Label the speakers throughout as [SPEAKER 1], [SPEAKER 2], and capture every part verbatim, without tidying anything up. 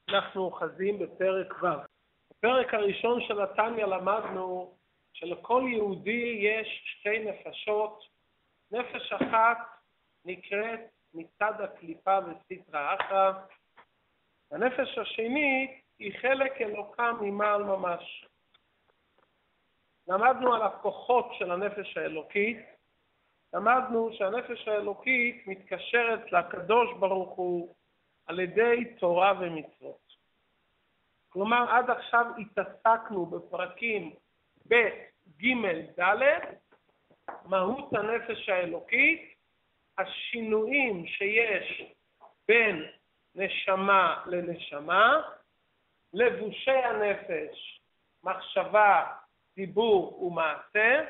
[SPEAKER 1] אנחנו אוחזים בפרק ו'. בפרק הראשון של התניא למדנו שלכל יהודי יש שתי נפשות. נפש אחת נקראת מצד הקליפה וסטרא אחרא. הנפש השנית היא חלק אלוקה ממעל ממש. למדנו על הכוחות של הנפש האלוקית. למדנו שהנפש האלוקית מתקשרת לקדוש ברוך הוא על ידי תורה ומצוות. כלומר, עד עכשיו התעסקנו בפרקים ב', ג', ד', מהות הנפש האלוקית, השינויים שיש בין נשמה לנשמה, לבושי הנפש, מחשבה, דיבור ומעשה,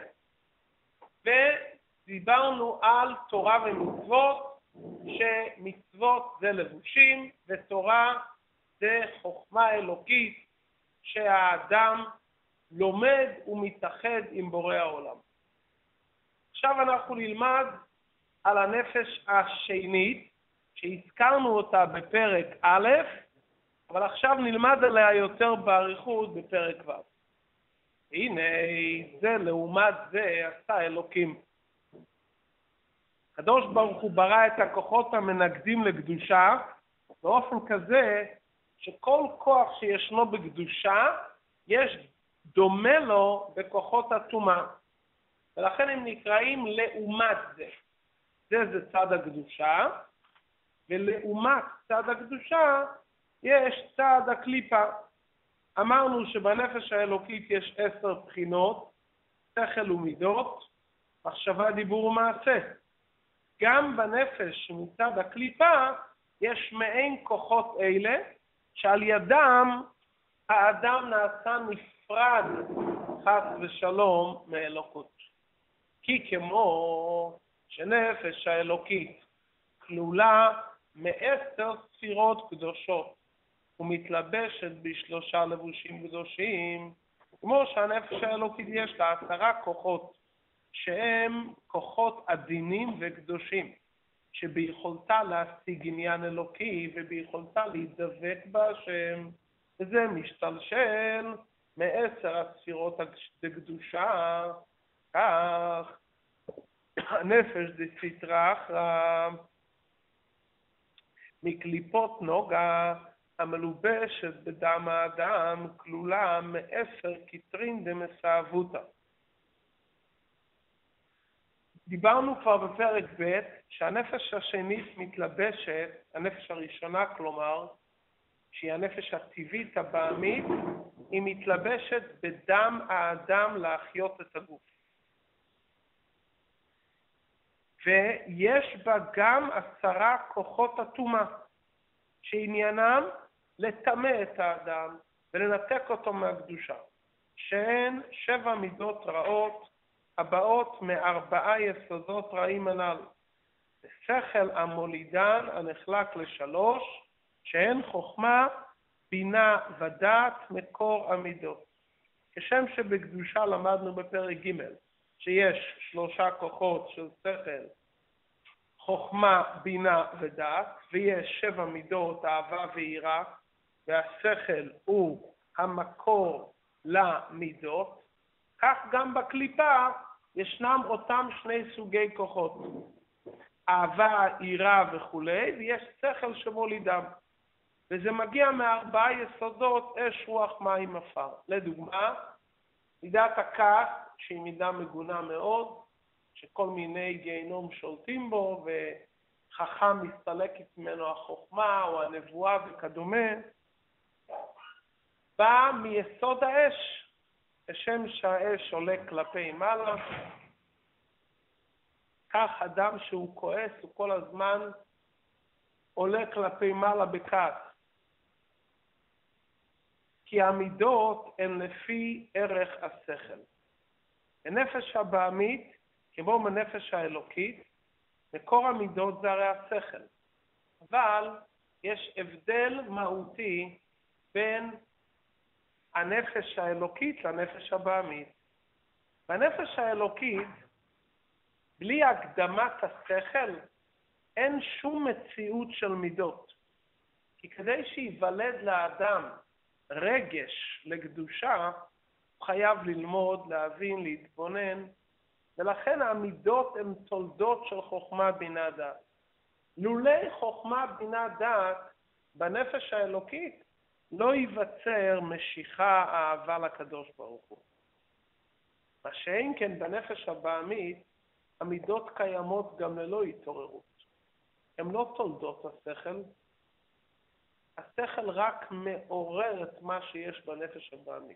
[SPEAKER 1] ודיברנו על תורה ומצוות, שמצוות זה לבושים ותורה זה חוכמה אלוקית שהאדם לומד ומתאחד עם בורא העולם. עכשיו אנחנו נלמד על הנפש השנית שהזכרנו אותה בפרק א', אבל עכשיו נלמד עליה יותר באריכות בפרק ו'. הנה זה לעומת זה עשה אלוקים. הקדוש ברוך הוא ברא את הכוחות המנגדים לקדושה באופן כזה שכל כוח שישנו בקדושה יש דומה לו בכוחות הטומאה, ולכן הם נקראים לעומת זה. זה זה צד הקדושה, ולעומת צד הקדושה יש צד הקליפה. אמרנו שבנפש האלוקית יש עשר בחינות, שכל ומידות, מחשבה, דיבור ומעשה. גם בנפש מצד הקליפה יש מעין כוחות אלה שעל ידם האדם נעשה נפרד חס ושלום מאלוקות. כי כמו שנפש האלוקית כלולה מעשר ספירות קדושות ומתלבשת בשלושה לבושים קדושים, כמו שהנפש האלוקית יש לה עשרה כוחות שהם כוחות עדינים וקדושים, שביכולתה להשיג עניין אלוקי וביכולתה להידבק בהשם, וזה משתלשל מעשר הספירות הקדושה. כך הנפש זה סטרא אחרא מקליפות נוגה המלובשת בדם האדם, כלולה מעשר כתרין דמסעבותא. דיברנו כבר בפרק ב' שהנפש השנית מתלבשת, הנפש הראשונה כלומר, שהיא הנפש הטבעית הבעמית, היא מתלבשת בדם האדם להחיות את הגוף. ויש בה גם עשרה כוחות הטומאה, שעניינם לטמא את האדם ולנתק אותו מהקדושה, שהן שבע מידות רעות, הבאות מארבעה יסודות רעים הנ"ל. שכל המולידן הנחלק לשלוש, שהן חוכמה, בינה ודעת, מקור המידות. כשם שבקדושה למדנו בפרק ג' שיש שלושה כוחות של שכל, חוכמה, בינה ודעת, ויש שבע מידות, אהבה ויראה, והשכל הוא המקור למידות, כך גם בקליפה ישנם אותם שני סוגי כוחות, אהבה, יראה וכו', ויש שכל שמולידם, וזה מגיע מארבעה יסודות אש, רוח, מים, עפר. לדוגמה, מידת הכעס, שהיא מידה מגונה מאוד, שכל מיני גיהינום שולטים בו, וחכם מסתלקת ממנו החוכמה או הנבואה וכדומה, בא מיסוד האש, כשם שהאש עולה כלפי מעלה, כך אדם שהוא כועס הוא כל הזמן עולה כלפי מעלה בכעס. כי המידות הן לפי ערך השכל. בנפש הבעמית, כמו בנפש האלוקית, מקור המידות זה הרי השכל. אבל יש הבדל מהותי בין הנפש האלוקית לנפש הבעמית. בנפש האלוקית, בלי הקדמת השכל, אין שום מציאות של מידות. כי כדי שיוולד לאדם רגש לקדושה, הוא חייב ללמוד, להבין, להתבונן, ולכן המידות הן תולדות של חוכמה בינה דעת. לולי חוכמה בינה דעת בנפש האלוקית לא ייווצר משיכה אהבה לקדוש ברוך הוא. מה שאין כן בנפש הבעמית, המידות קיימות גם ללא התעוררות. הן לא תולדות השכל, השכל רק מעורר את מה שיש בנפש הבעמית.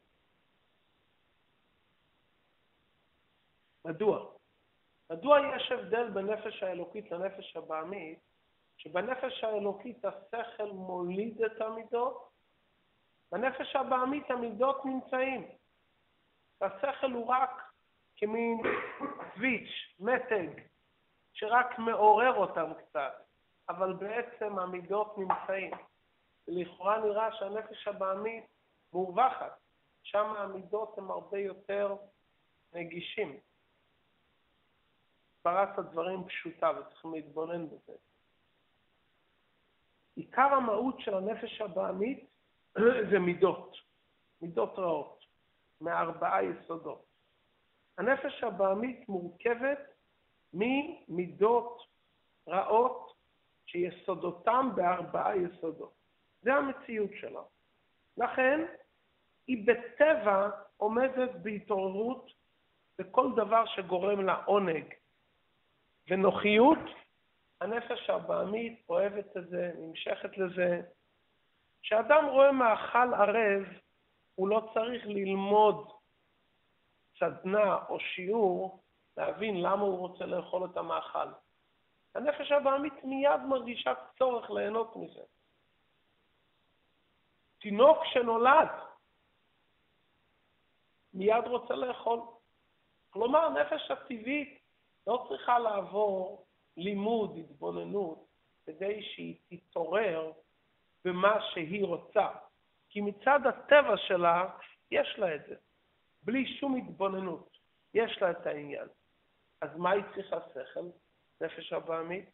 [SPEAKER 1] מדוע? מדוע יש הבדל בנפש האלוקית לנפש הבעמית, שבנפש האלוקית השכל מוליד את המידות, בנפש הבעמית המידות נמצאים. השכל הוא רק כמין סוויץ', מתג, שרק מעורר אותם קצת, אבל בעצם המידות נמצאים. לכאורה נראה שהנפש הבעמית מורווחת, שם המידות הן הרבה יותר נגישים. פרס הדברים פשוטה וצריכים להתבונן בזה. עיקר המהות של הנפש הבעמית זה מידות, מידות רעות, מארבעה יסודות. הנפש הבעמית מורכבת ממידות רעות שיסודותם בארבעה יסודות. זה המציאות שלה. לכן היא בטבע עומדת בהתעוררות בכל דבר שגורם לה עונג ונוחיות. הנפש הבעמית אוהבת את זה, נמשכת לזה. כשאדם רואה מאכל ערב, הוא לא צריך ללמוד סדנה או שיעור להבין למה הוא רוצה לאכול את המאכל. הנפש הבעמית מיד מרגישה צורך ליהנות מזה. תינוק שנולד מיד רוצה לאכול. כלומר, הנפש הטבעית לא צריכה לעבור לימוד, התבוננות, כדי שהיא תתעורר במה שהיא רוצה. כי מצד הטבע שלה יש לה את זה. בלי שום התבוננות. יש לה את העניין. אז מה היא צריכה שכל? נפש הבעמית?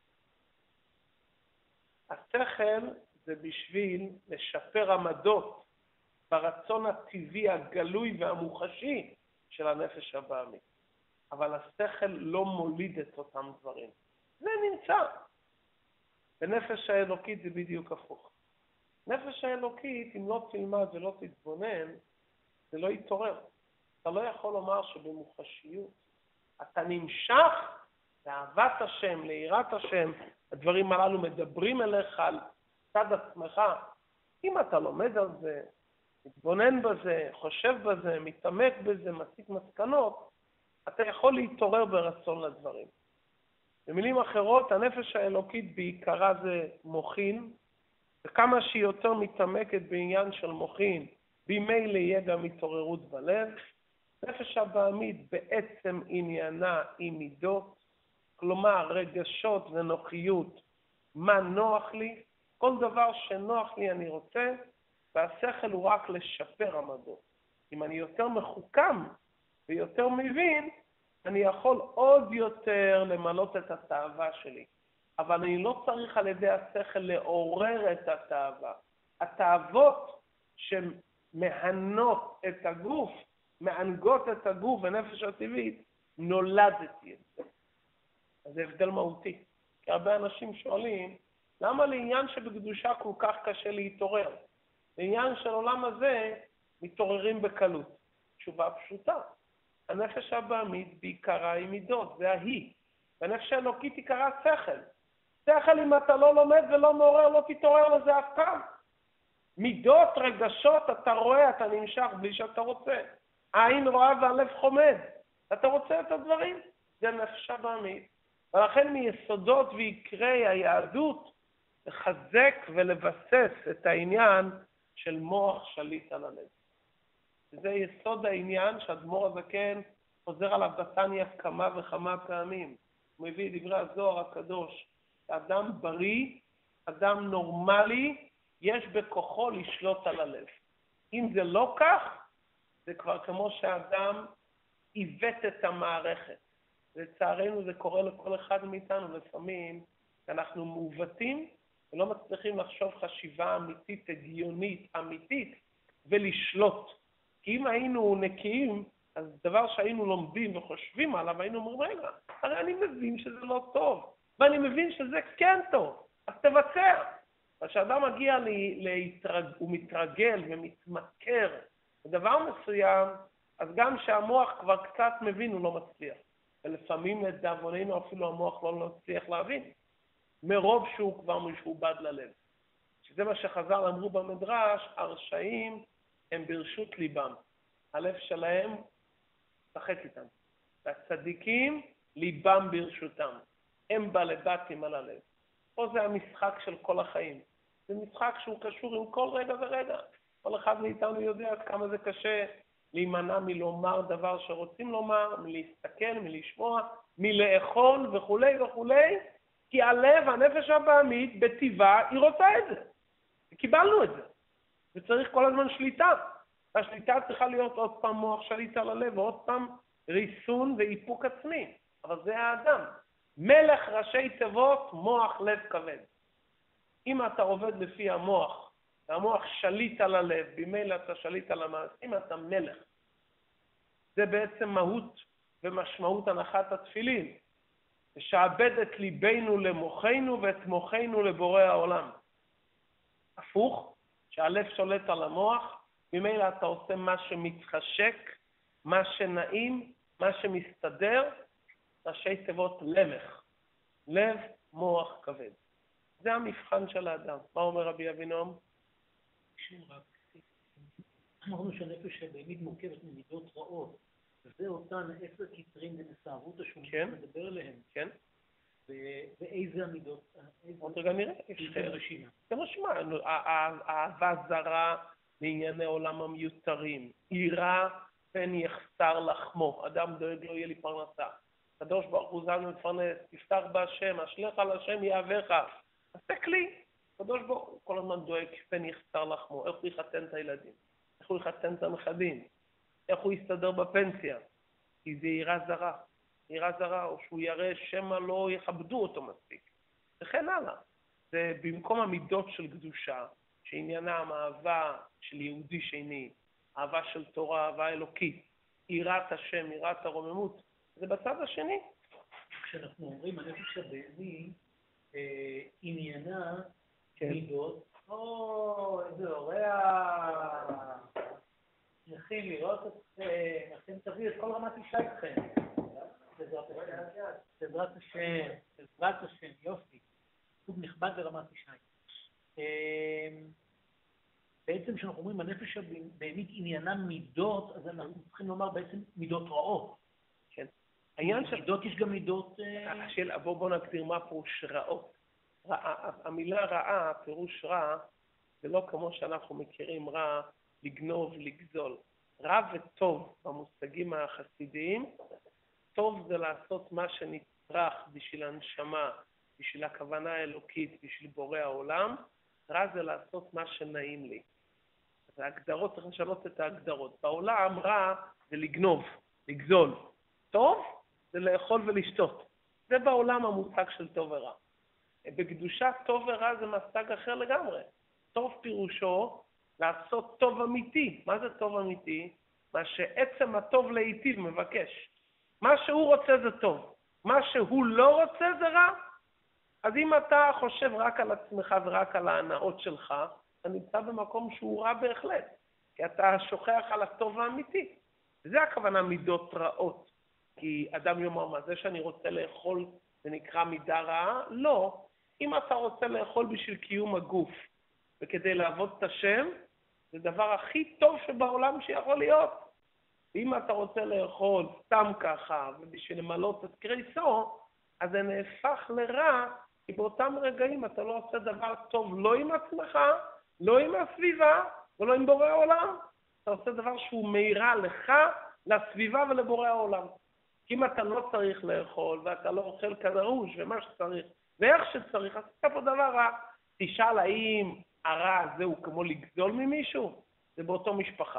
[SPEAKER 1] השכל זה בשביל לשפר עמדות ברצון הטבעי הגלוי והמוחשי של הנפש הבעמית. אבל השכל לא מוליד את אותם דברים. זה נמצא. בנפש האלוקית זה בדיוק הפוך. נפש האלוקית, אם לא תלמד ולא תתבונן, זה לא יתעורר. אתה לא יכול לומר שבמוחשיות אתה נמשך לאהבת השם, ליראת השם, הדברים הללו מדברים אליך על צד עצמך. אם אתה לומד על זה, מתבונן בזה, חושב בזה, מתעמק בזה, מסיק מסקנות, אתה יכול להתעורר ברצון לדברים. במילים אחרות, הנפש האלוקית בעיקרה זה מוחין, וכמה שהיא יותר מתעמקת בעניין של מוחין, במילא יהיה גם התעוררות בלב. נפש הבעמית בעצם עניינה עם מידות, כלומר רגשות ונוחיות, מה נוח לי, כל דבר שנוח לי אני רוצה, והשכל הוא רק לשפר עמדות. אם אני יותר מחוכם ויותר מבין, אני יכול עוד יותר למלות את התאווה שלי. אבל אני לא צריך על ידי השכל לעורר את התאווה. התאוות שמהנות את הגוף, מענגות את הגוף ונפש הטבעית, נולדתי את זה. אז זה הבדל מהותי. כי הרבה אנשים שואלים, למה לעניין שבקדושה כל כך קשה להתעורר? לעניין של עולם הזה מתעוררים בקלות. תשובה פשוטה. הנפש הבעמית בעיקרה היא מידות, זה ההיא. והנפש האלוקית עיקרה שכל. שכל אם אתה לא לומד ולא מעורר, לא תתעורר לזה אף פעם. מידות, רגשות, אתה רואה, אתה נמשך בלי שאתה רוצה. העין רואה והלב חומד. אתה רוצה את הדברים? זה נפש הבעמית. ולכן מיסודות ועיקרי היהדות, לחזק ולבסס את העניין של מוח שליט על הלב. זה יסוד העניין שהאדמו"ר הזקן חוזר עליו בתניא כמה וכמה פעמים. הוא מביא דברי הזוהר הקדוש. אדם בריא, אדם נורמלי, יש בכוחו לשלוט על הלב. אם זה לא כך, זה כבר כמו שאדם עיוות את המערכת. לצערנו זה קורה לכל אחד מאיתנו לפעמים, אנחנו מעוותים ולא מצליחים לחשוב חשיבה אמיתית, הגיונית, אמיתית, ולשלוט. כי אם היינו נקיים, אז דבר שהיינו לומדים וחושבים עליו, היינו אומרים, רגע, הרי אני מבין שזה לא טוב, ואני מבין שזה כן טוב, אז תבצע. כשאדם מגיע להתרג... הוא מתרגל ומתמכר בדבר מסוים, אז גם שהמוח כבר קצת מבין, הוא לא מצליח. ולפעמים לדאבוננו אפילו המוח לא מצליח להבין, מרוב שהוא כבר משועבד ללב. שזה מה שחז"ל אמרו במדרש, הרשעים הם ברשות ליבם. הלב שלהם שחק איתם. והצדיקים ליבם ברשותם. הם בלבטים על הלב. פה זה המשחק של כל החיים. זה משחק שהוא קשור עם כל רגע ורגע. כל אחד מאיתנו יודע כמה זה קשה להימנע מלומר דבר שרוצים לומר, מלהסתכל, מלשמוע, מלאכול וכו' וכו', כי הלב, הנפש הבאמית, בטבעה, היא רוצה את זה. קיבלנו את זה. וצריך כל הזמן שליטה. השליטה צריכה להיות עוד פעם מוח שליטה ללב, ועוד פעם ריסון ואיפוק עצמי. אבל זה האדם. מלך ראשי תיבות, מוח לב כבד. אם אתה עובד לפי המוח, והמוח שליט על הלב, במילא אתה שליט על המעשים, אתה מלך. זה בעצם מהות ומשמעות הנחת התפילין. לשעבד את ליבנו למוחנו ואת מוחנו לבורא העולם. הפוך, שהלב שולט על המוח, ממילא אתה עושה מה שמתחשק, מה שנעים, מה שמסתדר, ראשי תיבות למח. לב, מוח, כבד. זה המבחן של האדם. מה אומר רבי אבינועם?
[SPEAKER 2] שום רק, אמרנו שהנפש הבאמית מורכבת ממידות רעות, וזה אותן עשר כתרים ונסערות השונים
[SPEAKER 1] כן.
[SPEAKER 2] מדבר עליהם.
[SPEAKER 1] כן.
[SPEAKER 2] ואיזה המידות?
[SPEAKER 1] עוד רגע נראה.
[SPEAKER 2] יש רשימה.
[SPEAKER 1] זה רשימה. האהבה זרה לענייני עולם המיותרים. עירה פן יחסר לחמו. אדם דואג לא יהיה לי פרנסה. קדוש ברוך הוא זן מפרנס, תפתח בהשם, אשליך על השם יאהבך. עשה כלי. קדוש ברוך הוא כל הזמן דואג פן יחסר לחמו. איך הוא יחתן את הילדים? איך הוא יחתן את הנכדים? איך הוא יסתדר בפנסיה? כי זה עירה זרה. עירה זרה, או שהוא יראה שמא לא יכבדו אותו מספיק. וכן הלאה. זה במקום המידות של קדושה, שעניינם אהבה של יהודי שני, אהבה של תורה, אהבה אלוקית, יראת השם, יראת הרוממות, זה בצד השני.
[SPEAKER 2] כשאנחנו אומרים הנפש הבאמי, אה, עניינה
[SPEAKER 1] כן.
[SPEAKER 2] מידות, או איזה אורח, צריכים לראות אתכם, לכם תביא את כל רמת אישה איתכם. בעזרת השם, בעזרת השם, בעזרת השם, יופי. סוג נכבד לרמת אישה. בעצם כשאנחנו אומרים הנפש הבאמית עניינה מידות, אז אנחנו צריכים לומר בעצם מידות רעות.
[SPEAKER 1] כן. העניין של
[SPEAKER 2] מידות יש גם מידות...
[SPEAKER 1] השאלה, בואו בוא נגדיר מה פירוש רעות. רע, המילה רעה, פירוש רע, זה לא כמו שאנחנו מכירים רע, לגנוב, לגזול. רע וטוב במושגים החסידיים, טוב זה לעשות מה שנצרך בשביל הנשמה, בשביל הכוונה האלוקית, בשביל בורא העולם, רע זה לעשות מה שנעים לי. אז ההגדרות, צריך לשנות את ההגדרות. בעולם רע זה לגנוב, לגזול. טוב זה לאכול ולשתות. זה בעולם המושג של טוב ורע. בקדושה טוב ורע זה מושג אחר לגמרי. טוב פירושו לעשות טוב אמיתי. מה זה טוב אמיתי? מה שעצם הטוב להיטיב מבקש. מה שהוא רוצה זה טוב. מה שהוא לא רוצה זה רע. אז אם אתה חושב רק על עצמך ורק על ההנאות שלך, אתה נמצא במקום שהוא רע בהחלט. כי אתה שוכח על הטוב האמיתי. וזה הכוונה מידות רעות. כי אדם יאמר, מה זה שאני רוצה לאכול זה נקרא מידה רעה? לא. אם אתה רוצה לאכול בשביל קיום הגוף וכדי לעבוד את השם, זה דבר הכי טוב שבעולם שיכול להיות. ואם אתה רוצה לאכול סתם ככה ובשביל למלות את קריסו, אז זה נהפך לרע, כי באותם רגעים אתה לא עושה דבר טוב לא עם עצמך, לא עם הסביבה ולא עם בורא העולם. אתה עושה דבר שהוא מהירה לך, לסביבה ולבורא העולם. כי אם אתה לא צריך לאכול ואתה לא אוכל כדרוש ומה שצריך ואיך שצריך, אז אתה פה דבר רע. תשאל האם הרע הזה הוא כמו לגזול ממישהו? זה באותו משפחה.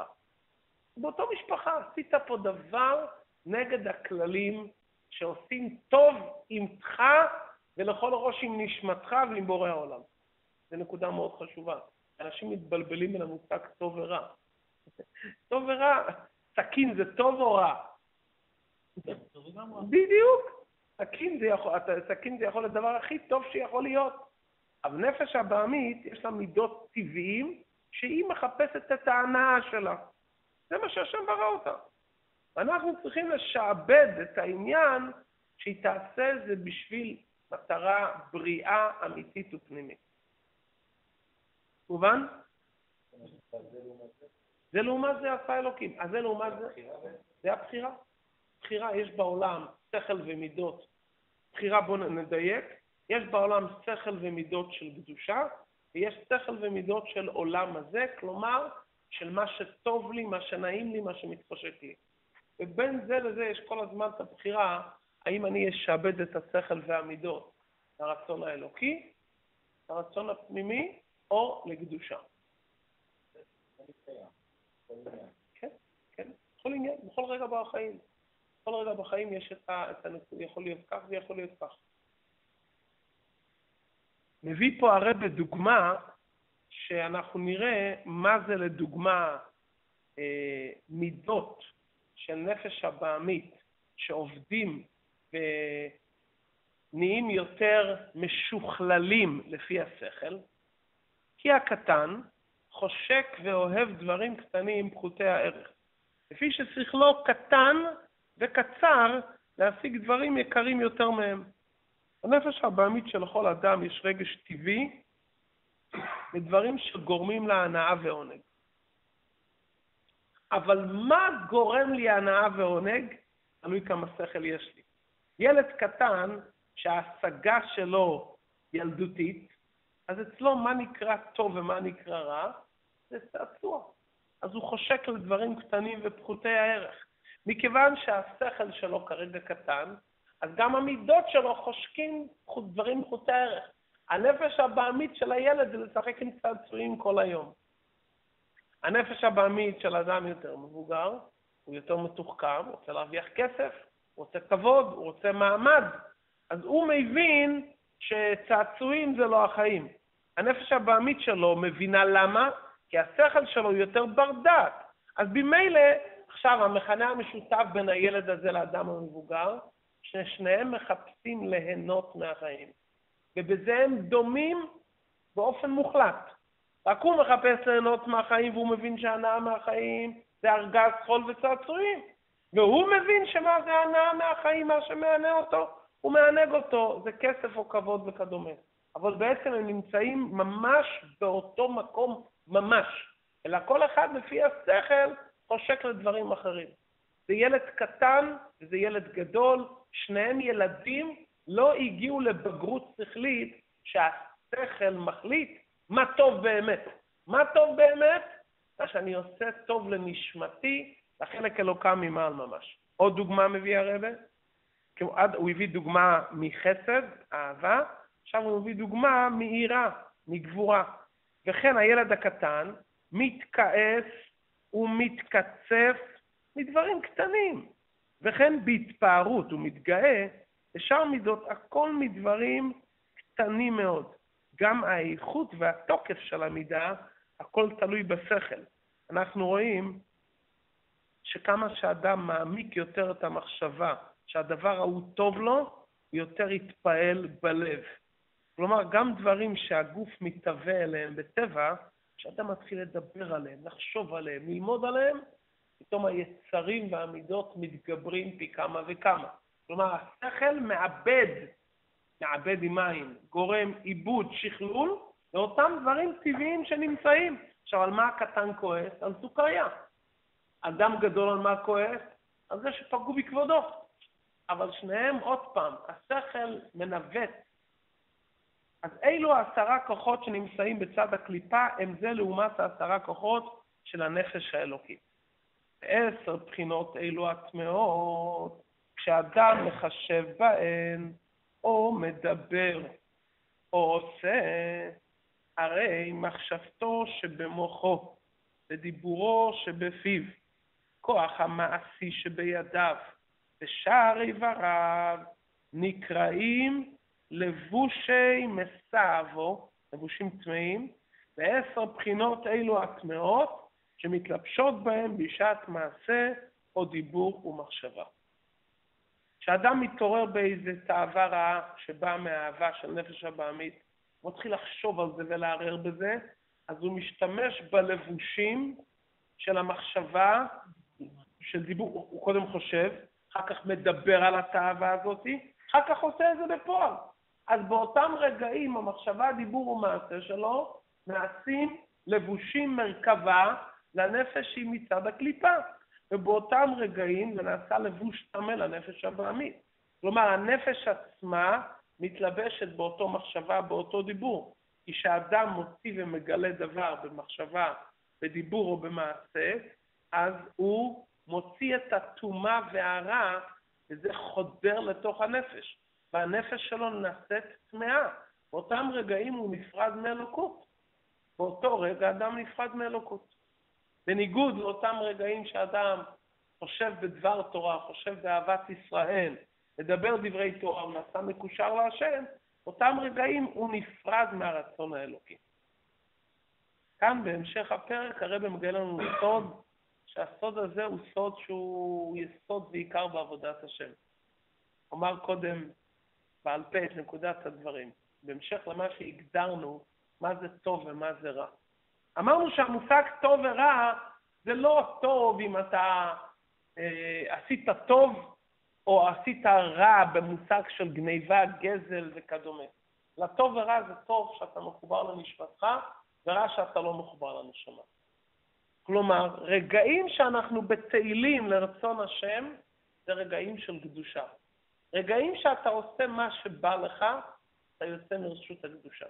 [SPEAKER 1] באותו משפחה עשית פה דבר נגד הכללים שעושים טוב עמך ולכל ראש עם נשמתך ועם בורא העולם. זו נקודה מאוד חשובה. אנשים מתבלבלים בין המושג טוב ורע. טוב ורע, סכין זה טוב או רע? בדיוק. סכין זה יכול, סכין זה יכול להיות הדבר הכי טוב שיכול להיות. אבל נפש הבהמית יש לה מידות טבעיים שהיא מחפשת את ההנאה שלה. זה מה שהשם ברא אותה. ואנחנו צריכים לשעבד את העניין שהיא תעשה זה בשביל מטרה בריאה אמיתית ופנימית. מובן? זה לעומת זה עשה אלוקים. אז זה לעומת זה, זה הבחירה. בחירה, יש בעולם שכל ומידות. בחירה, בוא נדייק, יש בעולם שכל ומידות של קדושה, ויש שכל ומידות של עולם הזה, כלומר, של מה שטוב לי, מה שנעים לי, מה שמתחשק לי. ובין זה לזה יש כל הזמן את הבחירה, האם אני אשעבד את השכל והמידות לרצון האלוקי, לרצון הפנימי, או לקדושה. כן, כן, בכל עניין, בכל רגע בחיים. בכל רגע בחיים יש את הנקודה, יכול להיות כך ויכול להיות כך. מביא פה הרב בדוגמה, שאנחנו נראה מה זה לדוגמה אה, מידות של נפש הבהמית, שעובדים ונהיים יותר משוכללים לפי השכל, כי הקטן חושק ואוהב דברים קטנים פחותי הערך. לפי ששכלו קטן וקצר להשיג דברים יקרים יותר מהם. בנפש הבהמית של כל אדם יש רגש טבעי לדברים שגורמים להנאה ועונג. אבל מה גורם לי הנאה ועונג? תלוי כמה שכל יש לי. ילד קטן שההשגה שלו ילדותית, אז אצלו מה נקרא טוב ומה נקרא רע? זה צעצוע. אז הוא חושק לדברים קטנים ופחותי הערך. מכיוון שהשכל שלו כרגע קטן, אז גם המידות שלו חושקים דברים פחותי הערך. הנפש הבהמית של הילד זה לשחק עם צעצועים כל היום. הנפש הבהמית של אדם יותר מבוגר, הוא יותר מתוחכם, הוא רוצה להרוויח כסף, הוא רוצה כבוד, הוא רוצה מעמד. אז הוא מבין שצעצועים זה לא החיים. הנפש הבהמית שלו מבינה למה? כי השכל שלו יותר בר דעת. אז במילא, עכשיו המכנה המשותף בין הילד הזה לאדם המבוגר, ששניהם מחפשים ליהנות מהחיים. ובזה הם דומים באופן מוחלט. רק הוא מחפש ליהנות מהחיים, והוא מבין שההנאה מהחיים זה ארגז חול וצעצועים. והוא מבין שמה זה ההנאה מהחיים, מה שמענה אותו, הוא מענג אותו, זה כסף או כבוד וכדומה. אבל בעצם הם נמצאים ממש באותו מקום ממש. אלא כל אחד לפי השכל חושק לדברים אחרים. זה ילד קטן וזה ילד גדול, שניהם ילדים לא הגיעו לבגרות שכלית שהשכל מחליט מה טוב באמת. מה טוב באמת? מה שאני עושה טוב לנשמתי, לחלק אלוקם ממעל ממש. עוד דוגמה מביא הרבה? הוא הביא דוגמה מחסד, אהבה, עכשיו הוא מביא דוגמה מיראה, מגבורה. וכן הילד הקטן מתכעס ומתקצף מדברים קטנים. וכן בהתפארות הוא מתגאה, בשאר מידות הכל מדברים קטנים מאוד. גם האיכות והתוקף של המידה, הכל תלוי בשכל. אנחנו רואים שכמה שאדם מעמיק יותר את המחשבה, שהדבר ההוא טוב לו, הוא יותר יתפעל בלב. כלומר, גם דברים שהגוף מתהווה אליהם בטבע, שאדם מתחיל לדבר עליהם, לחשוב עליהם, ללמוד עליהם, פתאום היצרים והמידות מתגברים פי כמה וכמה. כלומר, השכל מאבד, מאבד עם מים, גורם עיבוד, שכלול, לאותם דברים טבעיים שנמצאים. עכשיו, על מה הקטן כועס? על סוכריה. אדם גדול על מה כועס? על זה שפגעו בכבודו. אבל שניהם עוד פעם, השכל מנווט. אז אילו העשרה כוחות שנמצאים בצד הקליפה, הם זה לעומת העשרה כוחות של הנפש האלוקית. בעשר בחינות אילו הטמעות, כשאדם מחשב בהן, או מדבר, או עושה, הרי מחשבתו שבמוחו, ודיבורו שבפיו, כוח המעשי שבידיו, ושאר איבריו, נקראים לבושי מסעבו, לבושים טמאים, ועשר בחינות אלו הטמאות שמתלבשות בהם בשעת מעשה או דיבור ומחשבה. כשאדם מתעורר באיזו תאווה רעה שבאה מהאהבה של נפש הבעמית, הוא מתחיל לחשוב על זה ולערער בזה, אז הוא משתמש בלבושים של המחשבה, של דיבור, הוא קודם חושב, אחר כך מדבר על התאווה הזאת, אחר כך עושה את זה בפועל. אז באותם רגעים המחשבה, דיבור ומעשה שלו נעשים לבושים מרכבה לנפש שהיא מצד הקליפה. ובאותם רגעים זה נעשה לבוש טמא לנפש הבעמית. כלומר, הנפש עצמה מתלבשת באותו מחשבה, באותו דיבור. כי כשאדם מוציא ומגלה דבר במחשבה, בדיבור או במעשה, אז הוא מוציא את הטומאה והרע, וזה חודר לתוך הנפש. והנפש שלו נעשית טמאה. באותם רגעים הוא נפרד מאלוקות. באותו רגע אדם נפרד מאלוקות. בניגוד לאותם רגעים שאדם חושב בדבר תורה, חושב באהבת ישראל, מדבר דברי תורה ונעשה מקושר להשם, אותם רגעים הוא נפרד מהרצון האלוקי. כאן בהמשך הפרק הרב מגלה לנו סוד, שהסוד הזה הוא סוד שהוא יסוד ועיקר בעבודת השם. אומר קודם בעל פה את נקודת הדברים, בהמשך למה שהגדרנו מה זה טוב ומה זה רע. אמרנו שהמושג טוב ורע זה לא טוב אם אתה אה, עשית טוב או עשית רע במושג של גניבה, גזל וכדומה. לטוב ורע זה טוב שאתה מחובר לנשמתך ורע שאתה לא מחובר לנשמה. כלומר, רגעים שאנחנו בתהילים לרצון השם זה רגעים של קדושה. רגעים שאתה עושה מה שבא לך, אתה יוצא מרשות הקדושה.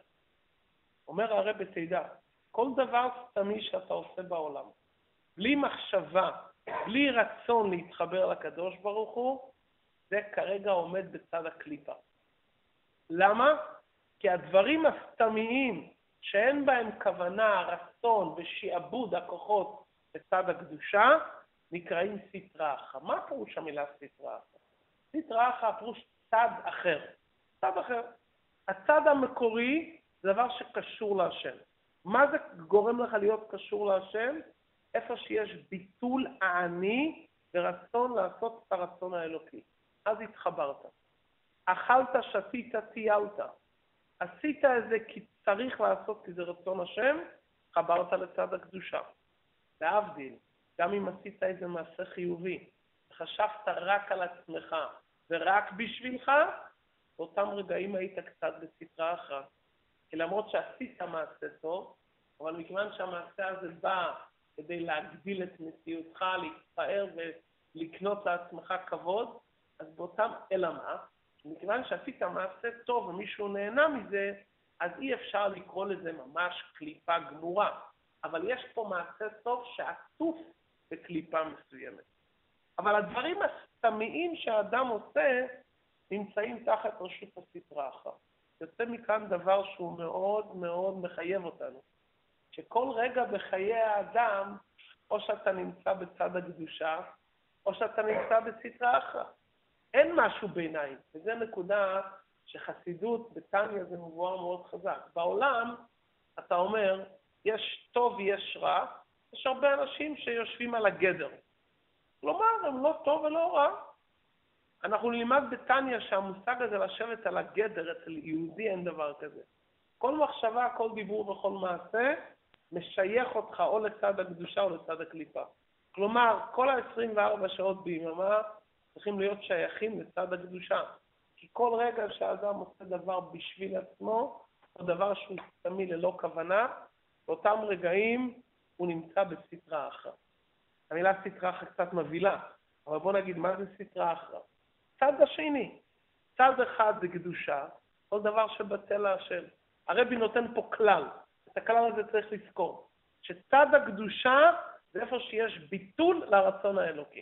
[SPEAKER 1] אומר הרב תדע, כל דבר סתמי שאתה עושה בעולם, בלי מחשבה, בלי רצון להתחבר לקדוש ברוך הוא, זה כרגע עומד בצד הקליפה. למה? כי הדברים הסתמיים שאין בהם כוונה, רצון ושיעבוד הכוחות בצד הקדושה, נקראים סטרא אחרא. מה פירוש המילה סטרא אחרא? סטרא אחרא פירוש צד אחר. צד אחר. הצד המקורי זה דבר שקשור להשם. מה זה גורם לך להיות קשור להשם? איפה שיש ביטול העני ורצון לעשות את הרצון האלוקי. אז התחברת. אכלת, שתית, טיילת. עשית את זה כי צריך לעשות כי זה רצון השם, חברת לצד הקדושה. להבדיל, גם אם עשית איזה מעשה חיובי, חשבת רק על עצמך ורק בשבילך, באותם רגעים היית קצת בסטרא אחרא. כי למרות שעשית מעשה טוב, אבל מכיוון שהמעשה הזה בא כדי להגדיל את מציאותך, להתפאר ולקנות לעצמך כבוד, אז באותם אלא מה? מכיוון שעשית מעשה טוב ומישהו נהנה מזה, אז אי אפשר לקרוא לזה ממש קליפה גמורה. אבל יש פה מעשה טוב שעטוף בקליפה מסוימת. אבל הדברים הסתמיים שהאדם עושה נמצאים תחת רשות הסטרא אחרא. יוצא מכאן דבר שהוא מאוד מאוד מחייב אותנו. שכל רגע בחיי האדם, או שאתה נמצא בצד הקדושה, או שאתה נמצא בסטרא אחרא. אין משהו ביניים, וזו נקודה שחסידות בתניא זה מבואר מאוד חזק. בעולם, אתה אומר, יש טוב ויש רע, יש הרבה אנשים שיושבים על הגדר. כלומר, הם לא טוב ולא רע. אנחנו נלמד בתניא שהמושג הזה לשבת על הגדר, אצל יהודי אין דבר כזה. כל מחשבה, כל דיבור וכל מעשה, משייך אותך או לצד הקדושה או לצד הקליפה. כלומר, כל ה-עשרים וארבע שעות ביממה צריכים להיות שייכים לצד הקדושה. כי כל רגע שהאדם עושה דבר בשביל עצמו, או דבר שהוא סתמי ללא כוונה, באותם רגעים הוא נמצא בסטרא אחרא. המילה סטרא אחרא קצת מבהילה, אבל בוא נגיד מה זה סטרא אחרא. צד השני, צד אחד זה קדושה, כל דבר שבטל להשם. הרבי נותן פה כלל, את הכלל הזה צריך לזכור, שצד הקדושה זה איפה שיש ביטול לרצון האלוקי.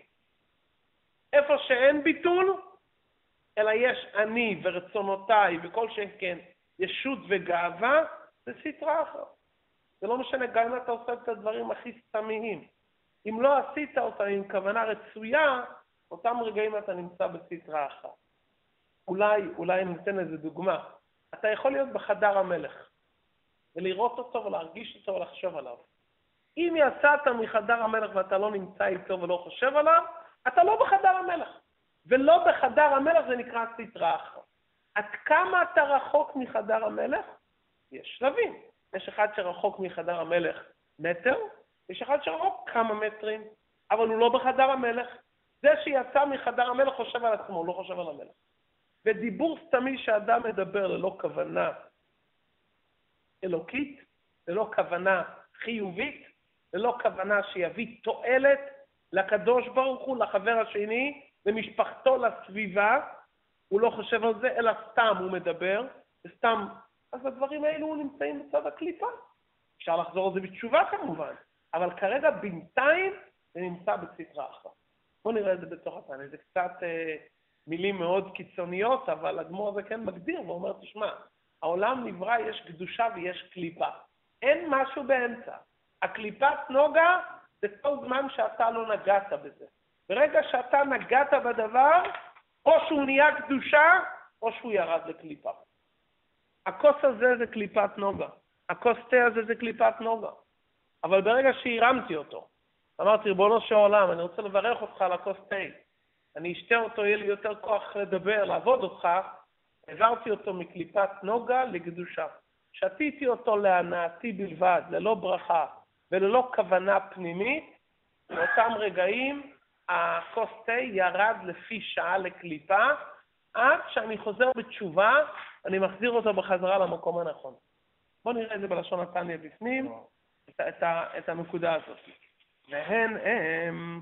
[SPEAKER 1] איפה שאין ביטול, אלא יש אני ורצונותיי וכל שכן ישות וגאווה, זה סטרא אחרא. זה לא משנה גם אם אתה עושה את הדברים הכי סתמיים. אם לא עשית אותם עם כוונה רצויה, אותם רגעים אתה נמצא בסטרא אחרא. אולי, אולי ניתן איזה דוגמה. אתה יכול להיות בחדר המלך. ולראות אותו ולהרגיש אותו ולחשוב עליו. אם יצאת מחדר המלך ואתה לא נמצא איתו ולא חושב עליו, אתה לא בחדר המלך. ולא בחדר המלך זה נקרא סטרא אחרא. עד כמה אתה רחוק מחדר המלך? יש שלבים. יש אחד שרחוק מחדר המלך מטר, יש אחד שרחוק כמה מטרים, אבל הוא לא בחדר המלך. זה שיצא מחדר המלך חושב על עצמו, הוא לא חושב על המלך. ודיבור סתמי שאדם מדבר ללא כוונה אלוקית, ללא כוונה חיובית, ללא כוונה שיביא תועלת לקדוש ברוך הוא, לחבר השני, למשפחתו, לסביבה, הוא לא חושב על זה, אלא סתם הוא מדבר, וסתם, אז הדברים האלו נמצאים בצד הקליפה. אפשר לחזור על זה בתשובה כמובן, אבל כרגע בינתיים זה נמצא בסטרא אחרא. בואו נראה את זה בתוך התניא, זה קצת אה, מילים מאוד קיצוניות, אבל האדמו"ר הזה כן מגדיר ואומר, תשמע, העולם נברא, יש קדושה ויש קליפה. אין משהו באמצע. הקליפת נוגה זה כל זמן שאתה לא נגעת בזה. ברגע שאתה נגעת בדבר, או שהוא נהיה קדושה, או שהוא ירד לקליפה. הכוס הזה זה קליפת נוגה. הכוס תה הזה זה קליפת נוגה. אבל ברגע שהרמתי אותו, אמרתי, ריבונו של עולם, אני רוצה לברך אותך על הכוס תה. אני אשתה אותו, יהיה לי יותר כוח לדבר, לעבוד אותך. העברתי אותו מקליפת נוגה לקדושה. שתיתי אותו להנאתי בלבד, ללא ברכה וללא כוונה פנימית. באותם רגעים, הכוס תה ירד לפי שעה לקליפה, עד שאני חוזר בתשובה, אני מחזיר אותו בחזרה למקום הנכון. בואו נראה את זה בלשון התניא בפנים, את, את, את הנקודה הזאת. והן הם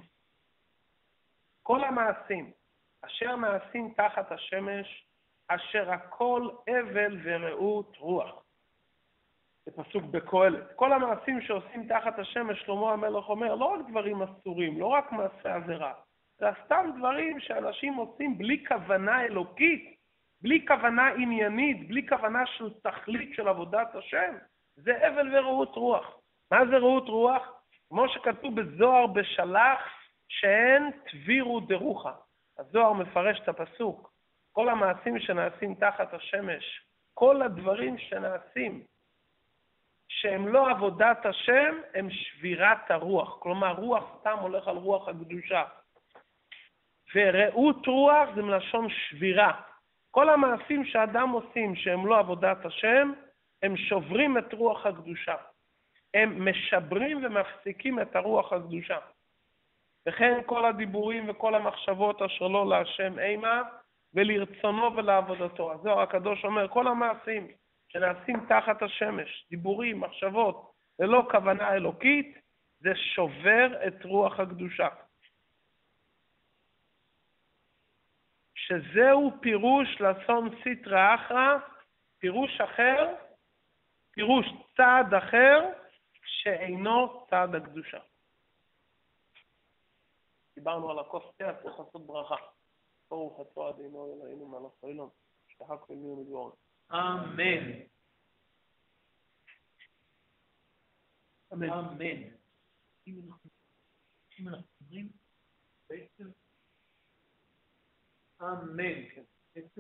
[SPEAKER 1] כל המעשים אשר נעשים תחת השמש, אשר הכל הבל ורעות רוח. זה פסוק בקהלת. כל המעשים שעושים תחת השמש, שלמה המלך אומר, לא רק דברים אסורים, לא רק מעשי עבירה, זה סתם דברים שאנשים עושים בלי כוונה אלוקית, בלי כוונה עניינית, בלי כוונה של תכלית של עבודת השם. זה הבל ורעות רוח. מה זה רעות רוח? כמו שכתוב בזוהר בשלח, שאין תבירו דרוחה. הזוהר מפרש את הפסוק. כל המעשים שנעשים תחת השמש, כל הדברים שנעשים, שהם לא עבודת השם, הם שבירת הרוח. כלומר, רוח סתם הולך על רוח הקדושה. ורעות רוח זה מלשון שבירה. כל המעשים שאדם עושים שהם לא עבודת השם, הם שוברים את רוח הקדושה. הם משברים ומפסיקים את הרוח הקדושה. וכן כל הדיבורים וכל המחשבות אשר לא להשם אימה, ולרצונו ולעבודתו. הזוהר הקדוש אומר, כל המעשים שנעשים תחת השמש, דיבורים, מחשבות, ללא כוונה אלוקית, זה שובר את רוח הקדושה. שזהו פירוש לשון סטרא אחרא, פירוש אחר, פירוש צעד אחר, שאינו צעד הקדושה. דיברנו על הכוס תה, צריך לעשות ברכה. ברוך אתה אדינו אלוהינו מלך העולם, שתחק ולמינו מדבורנו.
[SPEAKER 2] אמן.
[SPEAKER 1] אמן.
[SPEAKER 2] אמן. אם אנחנו אומרים, בעצם, אמן, כן. בעצם,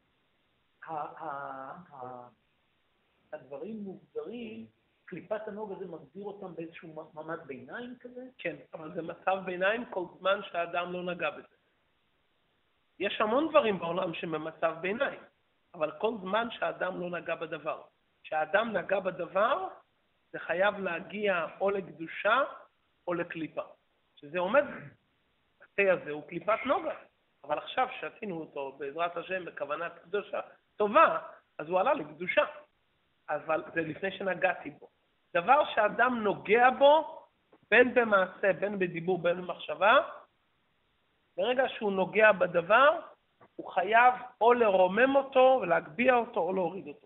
[SPEAKER 2] הדברים מוגדרים, קליפת הנוג הזה מגדיר אותם באיזשהו מעמד ביניים כזה?
[SPEAKER 1] כן, אבל זה מצב ביניים כל זמן שהאדם לא נגע בזה. יש המון דברים בעולם שבמצב ביניים, אבל כל זמן שהאדם לא נגע בדבר. כשהאדם נגע בדבר, זה חייב להגיע או לקדושה או לקליפה. שזה עומד, התה הזה הוא קליפת נוגה. אבל עכשיו שעשינו אותו בעזרת השם בכוונה קדושה טובה, אז הוא עלה לקדושה. אבל זה לפני שנגעתי בו. דבר שאדם נוגע בו, בין במעשה, בין בדיבור, בין במחשבה, ברגע שהוא נוגע בדבר, הוא חייב או לרומם אותו ולהגביה אותו או להוריד אותו.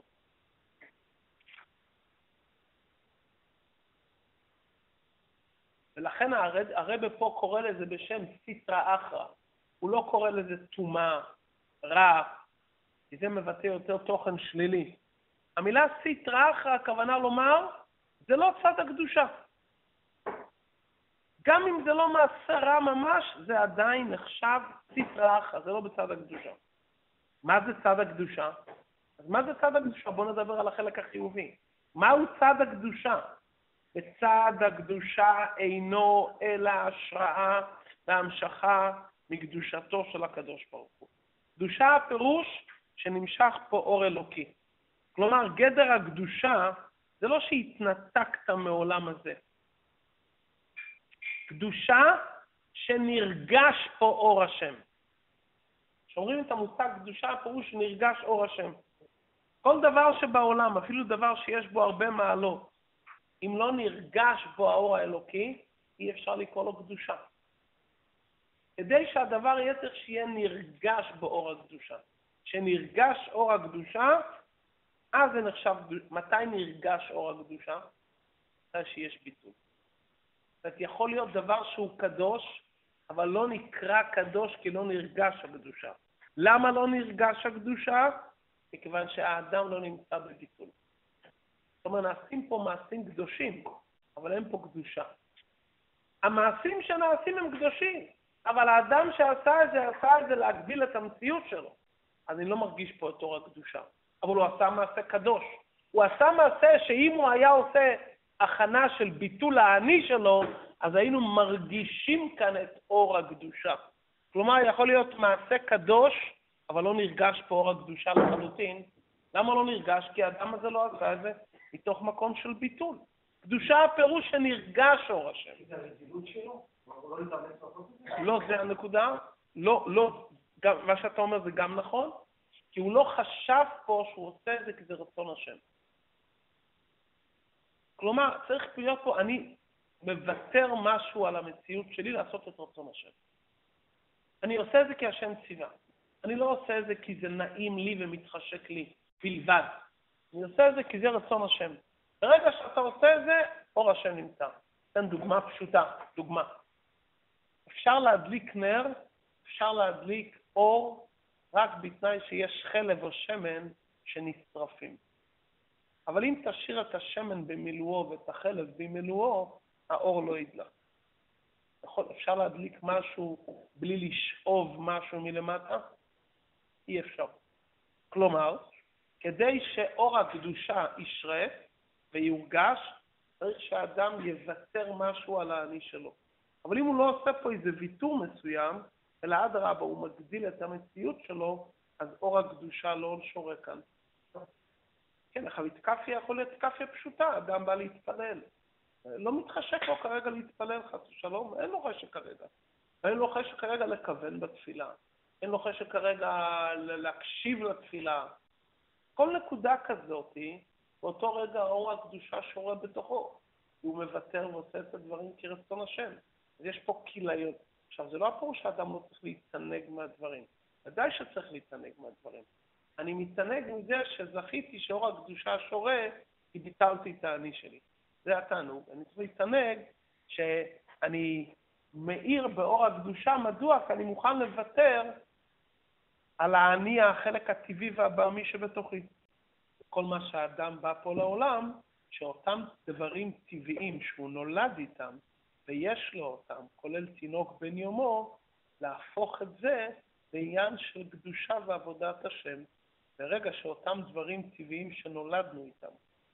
[SPEAKER 1] ולכן הרב, הרב פה קורא לזה בשם סטרא אחרא. הוא לא קורא לזה טומאה, רע, כי זה מבטא יותר תוכן שלילי. המילה סטרא אחרא, הכוונה לומר, זה לא צד הקדושה. גם אם זה לא מעשה רע ממש, זה עדיין נחשב סטרא אחרא, זה לא בצד הקדושה. מה זה צד הקדושה? אז מה זה צד הקדושה? בואו נדבר על החלק החיובי. מהו צד הקדושה? בצד הקדושה אינו אלא השראה והמשכה מקדושתו של הקדוש ברוך הוא. קדושה הפירוש שנמשך פה אור אלוקי. כלומר, גדר הקדושה זה לא שהתנתקת מעולם הזה. קדושה שנרגש פה אור השם. כשאומרים את המושג קדושה, הפירוש שנרגש אור השם. כל דבר שבעולם, אפילו דבר שיש בו הרבה מעלות, אם לא נרגש בו האור האלוקי, אי אפשר לקרוא לו קדושה. כדי שהדבר יהיה צריך שיהיה נרגש בו אור הקדושה. שנרגש אור הקדושה, אז זה נחשב, מתי נרגש אור הקדושה? מתי שיש ביטול. זאת אומרת, יכול להיות דבר שהוא קדוש, אבל לא נקרא קדוש כי לא נרגש הקדושה. למה לא נרגש הקדושה? מכיוון שהאדם לא נמצא בביטול. זאת אומרת, נעשים פה מעשים קדושים, אבל אין פה קדושה. המעשים שנעשים הם קדושים, אבל האדם שעשה את זה, עשה את זה להגביל את המציאות שלו. אז אני לא מרגיש פה את אור הקדושה. אבל הוא עשה מעשה קדוש. הוא עשה מעשה שאם הוא היה עושה הכנה של ביטול העני שלו, אז היינו מרגישים כאן את אור הקדושה. כלומר, יכול להיות מעשה קדוש, אבל לא נרגש פה אור הקדושה לחלוטין. למה לא נרגש? כי האדם הזה לא עשה את זה מתוך מקום של ביטול. קדושה הפירוש שנרגש אור השם.
[SPEAKER 2] זה הרגילות שלו? הוא לא להתאמץ לעשות את זה?
[SPEAKER 1] לא, זה הנקודה. לא, לא. גם, מה שאתה אומר זה גם נכון, כי הוא לא חשב פה שהוא עושה את זה כי זה רצון השם. כלומר, צריך להיות פה, אני מוותר משהו על המציאות שלי לעשות את רצון השם. אני עושה את זה כי השם ציווה. אני לא עושה את זה כי זה נעים לי ומתחשק לי בלבד. אני עושה את זה כי זה רצון השם. ברגע שאתה עושה את זה, אור השם נמצא. תן דוגמה פשוטה, דוגמה. אפשר להדליק נר, אפשר להדליק אור, רק בתנאי שיש חלב או שמן שנשרפים. אבל אם תשאיר את השמן במילואו ואת החלב במילואו, האור לא ידלק. אפשר להדליק משהו בלי לשאוב משהו מלמטה? אי אפשר. כלומר, כדי שאור הקדושה ישרת ויורגש, צריך שהאדם יוותר משהו על האני שלו. אבל אם הוא לא עושה פה איזה ויתור מסוים, אלא אדרבה הוא מגדיל את המציאות שלו, אז אור הקדושה לא שורה כאן. כן, אבל התקפיה יכול להיות התקפיה פשוטה, אדם בא להתפלל. לא מתחשק לו כרגע להתפלל חס ושלום, אין לו חשק כרגע. אין לו חשק כרגע לכוון בתפילה. אין לו חשק כרגע להקשיב לתפילה. כל נקודה כזאת, באותו רגע אור הקדושה שורה בתוכו. הוא מוותר ועושה את הדברים כרצון השם. אז יש פה כליות. עכשיו, זה לא הפירוש שהאדם לא צריך להתענג מהדברים. ודאי שצריך להתענג מהדברים. אני מתענג מזה שזכיתי שאור הקדושה שורה, כי ביטלתי את האני שלי. זה התענוג. אני צריך להתענג שאני מאיר באור הקדושה, מדוע? כי אני מוכן לוותר על האני, החלק הטבעי והבעמי שבתוכי. כל מה שהאדם בא פה לעולם, שאותם דברים טבעיים שהוא נולד איתם, ויש לו אותם, כולל תינוק בן יומו, להפוך את זה לעניין של קדושה ועבודת השם. ברגע שאותם דברים טבעיים שנולדנו איתם,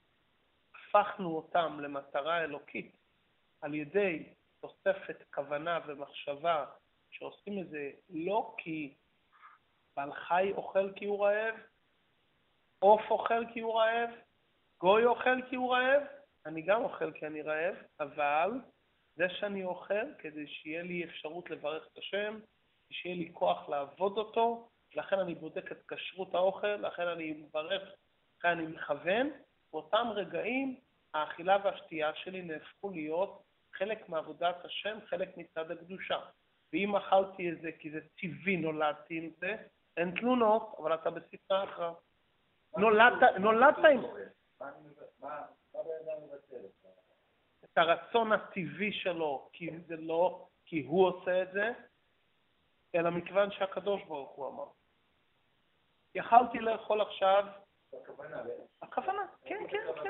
[SPEAKER 1] הפכנו אותם למטרה אלוקית, על ידי תוספת כוונה ומחשבה, שעושים את זה לא כי בעל חי אוכל כי הוא רעב, עוף אוכל כי הוא רעב, גוי אוכל כי הוא רעב, אני גם אוכל כי אני רעב, אבל זה שאני אוכל כדי שיהיה לי אפשרות לברך את השם, שיהיה לי כוח לעבוד אותו, לכן אני בודק את כשרות האוכל, לכן אני מברך, לכן אני מכוון. באותם רגעים האכילה והשתייה שלי נהפכו להיות חלק מעבודת השם, חלק מצד הקדושה. ואם אכלתי את זה כי זה טבעי, נולדתי עם זה, אין תלונות, אבל אתה בספרה אחר. נולדת, נולדת עם...
[SPEAKER 2] מה באדם מבטל?
[SPEAKER 1] את הרצון הטבעי שלו, כי זה לא, כי הוא עושה את זה, אלא מכיוון שהקדוש ברוך הוא אמר. יכלתי לאכול עכשיו...
[SPEAKER 2] הכוונה,
[SPEAKER 1] הכוונה, כן, כן, כן,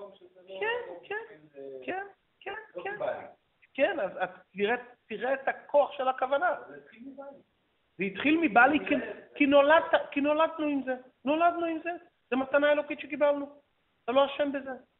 [SPEAKER 1] כן, כן, כן, כן, כן, כן, אז תראה את הכוח של הכוונה. זה התחיל מבעלי, כי נולדנו עם זה, נולדנו עם זה, זה מתנה אלוקית שקיבלנו, אתה לא אשם בזה,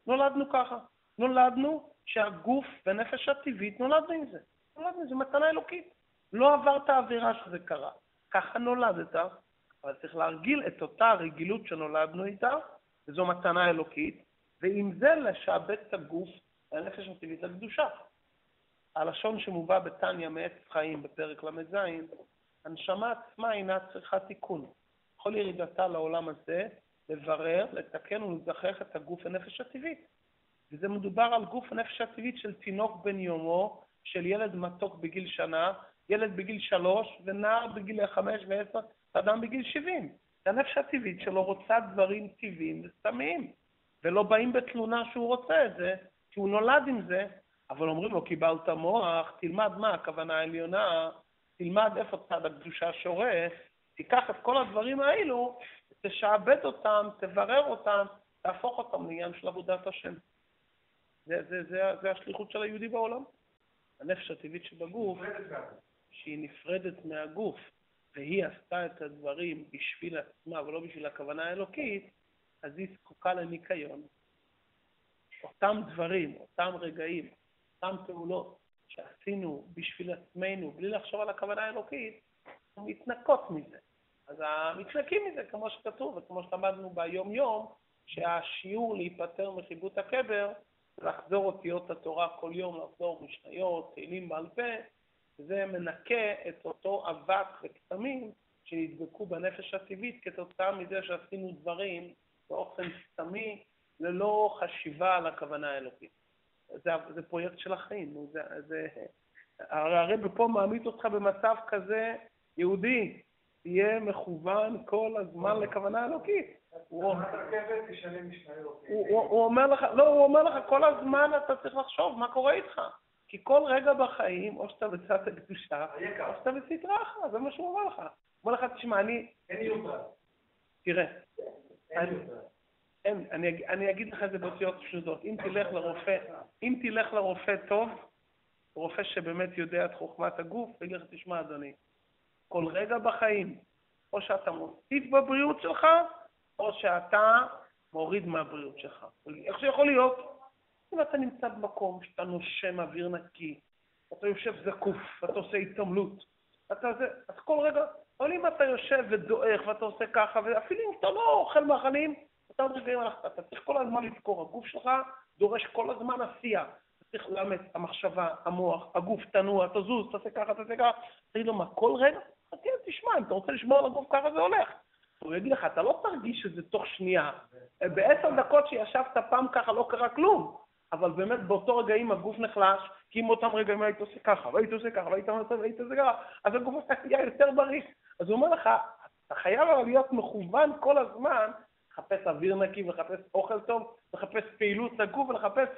[SPEAKER 1] נולדנו ככה. נולדנו שהגוף והנפש הטבעית, נולדנו עם זה. נולדנו, זה מתנה אלוקית. לא עברת האווירה שזה קרה. ככה נולדת, אבל צריך להרגיל את אותה הרגילות שנולדנו איתה, וזו מתנה אלוקית, ועם זה לשעבד את הגוף והנפש הטבעית לקדושה. הלשון שמובא בתניא מעץ חיים בפרק למ"ז, הנשמה עצמה אינה צריכה תיקון. כל ירידתה לעולם הזה, לברר, לתקן ולזכח את הגוף והנפש הטבעית. וזה מדובר על גוף הנפש הטבעית של תינוק בן יומו, של ילד מתוק בגיל שנה, ילד בגיל שלוש, ונער בגיל חמש ועשר, אדם בגיל שבעים. זה הנפש הטבעית שלו רוצה דברים טבעיים וסתמיים, ולא באים בתלונה שהוא רוצה את זה, כי הוא נולד עם זה, אבל אומרים לו, קיבלת מוח, תלמד מה הכוונה העליונה, תלמד איפה צד הקדושה שורש, תיקח את כל הדברים האלו, תשעבד אותם, תברר אותם, תהפוך אותם לעניין של עבודת השם. זה, זה, זה, זה השליחות של היהודי בעולם. הנפש הטבעית שבגוף, שהיא נפרדת מהגוף, והיא עשתה את הדברים בשביל עצמה ולא בשביל הכוונה האלוקית, אז היא זקוקה לניקיון. אותם דברים, אותם רגעים, אותם פעולות שעשינו בשביל עצמנו, בלי לחשוב על הכוונה האלוקית, הן מתנקות מזה. אז מתנקים מזה, כמו שכתוב, וכמו שלמדנו ביום יום, שהשיעור להיפטר מחיבוט הקבר, לחזור אותיות התורה כל יום, לחזור משניות, תהילים בעל פה, זה מנקה את אותו אבק וכתמים שנדבקו בנפש הטבעית כתוצאה מזה שעשינו דברים באופן סתמי, ללא חשיבה על הכוונה האלוקית. זה, זה פרויקט של החיים. זה, זה, הרב פה מעמיד אותך במצב כזה, יהודי, תהיה מכוון כל הזמן לכוונה אלוקית. הוא אומר לך, לא, הוא אומר לך, כל הזמן אתה צריך לחשוב מה קורה איתך. כי כל רגע בחיים, או שאתה בצד הקדושה, או שאתה בסדרה אחת, זה מה שהוא אומר לך. אומר לך, תשמע, אני...
[SPEAKER 2] אין יותר.
[SPEAKER 1] תראה.
[SPEAKER 2] אין יותר.
[SPEAKER 1] אין, אני, אני אגיד לך את זה באותיות פשוטות. אם תלך לרופא, אם תלך לרופא טוב, רופא שבאמת יודע את חוכמת הגוף, תגיד לך, תשמע, אדוני, כל רגע בחיים, או שאתה מוסיף בבריאות שלך, או שאתה מוריד מהבריאות שלך. איך שיכול להיות? אם אתה נמצא במקום שאתה נושם אוויר נקי, אתה יושב זקוף, ואתה עושה התעמלות, אתה זה, אז כל רגע, אבל אם אתה יושב ודואך ואתה עושה ככה, ואפילו אם אתה לא אוכל מאכלים, אתה עוד רגעים הלכת, אתה צריך כל הזמן לזכור, הגוף שלך דורש כל הזמן עשייה. אתה צריך לאמץ, המחשבה, המוח, הגוף תנוע, תזוז, תעשה ככה, תעשה ככה, תגיד לו מה, כל רגע? תהיה, תשמע, אם אתה רוצה לשמור על הגוף ככה זה הולך. הוא יגיד לך, אתה לא תרגיש שזה תוך שנייה. בעשר דקות שישבת פעם ככה לא קרה כלום, אבל באמת באותו רגעים הגוף נחלש, כי אם אותם רגעים היית עושה ככה, והיית עושה ככה, והיית עושה והיית עושה ככה, אז הגוף היה יותר בריא. אז הוא אומר לך, אתה חייב להיות מכוון כל הזמן, לחפש אוויר נקי ולחפש אוכל טוב, לחפש פעילות לגוף ולחפש...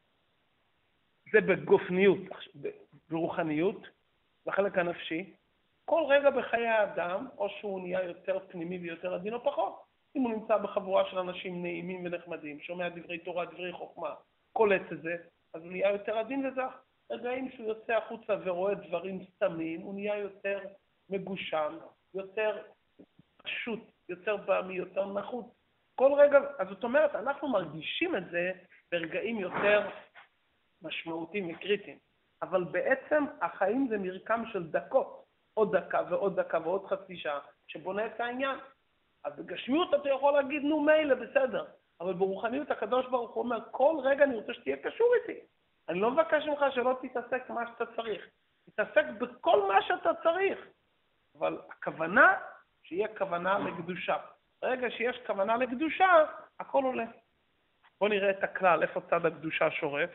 [SPEAKER 1] זה בגופניות, ברוחניות, בחלק הנפשי. כל רגע בחיי האדם, או שהוא נהיה יותר פנימי ויותר עדין או פחות. אם הוא נמצא בחבורה של אנשים נעימים ונחמדים, שומע דברי תורה, דברי חוכמה, קולט את זה, אז הוא נהיה יותר עדין וזך. רגעים שהוא יוצא החוצה ורואה דברים סתמים, הוא נהיה יותר מגושם, יותר פשוט, יותר בעמי, יותר נחות. כל רגע, אז זאת אומרת, אנחנו מרגישים את זה ברגעים יותר משמעותיים וקריטיים. אבל בעצם החיים זה מרקם של דקות, עוד דקה ועוד דקה ועוד חצי שעה, שבונה את העניין. אז בגשמיות אתה יכול להגיד, נו מילא, בסדר. אבל ברוחניות הקדוש ברוך הוא אומר, כל רגע אני רוצה שתהיה קשור איתי. אני לא מבקש ממך שלא תתעסק מה שאתה צריך. תתעסק בכל מה שאתה צריך. אבל הכוונה, שיהיה כוונה לקדושה. ברגע שיש כוונה לקדושה, הכל עולה. בואו נראה את הכלל, איפה צד הקדושה שורף.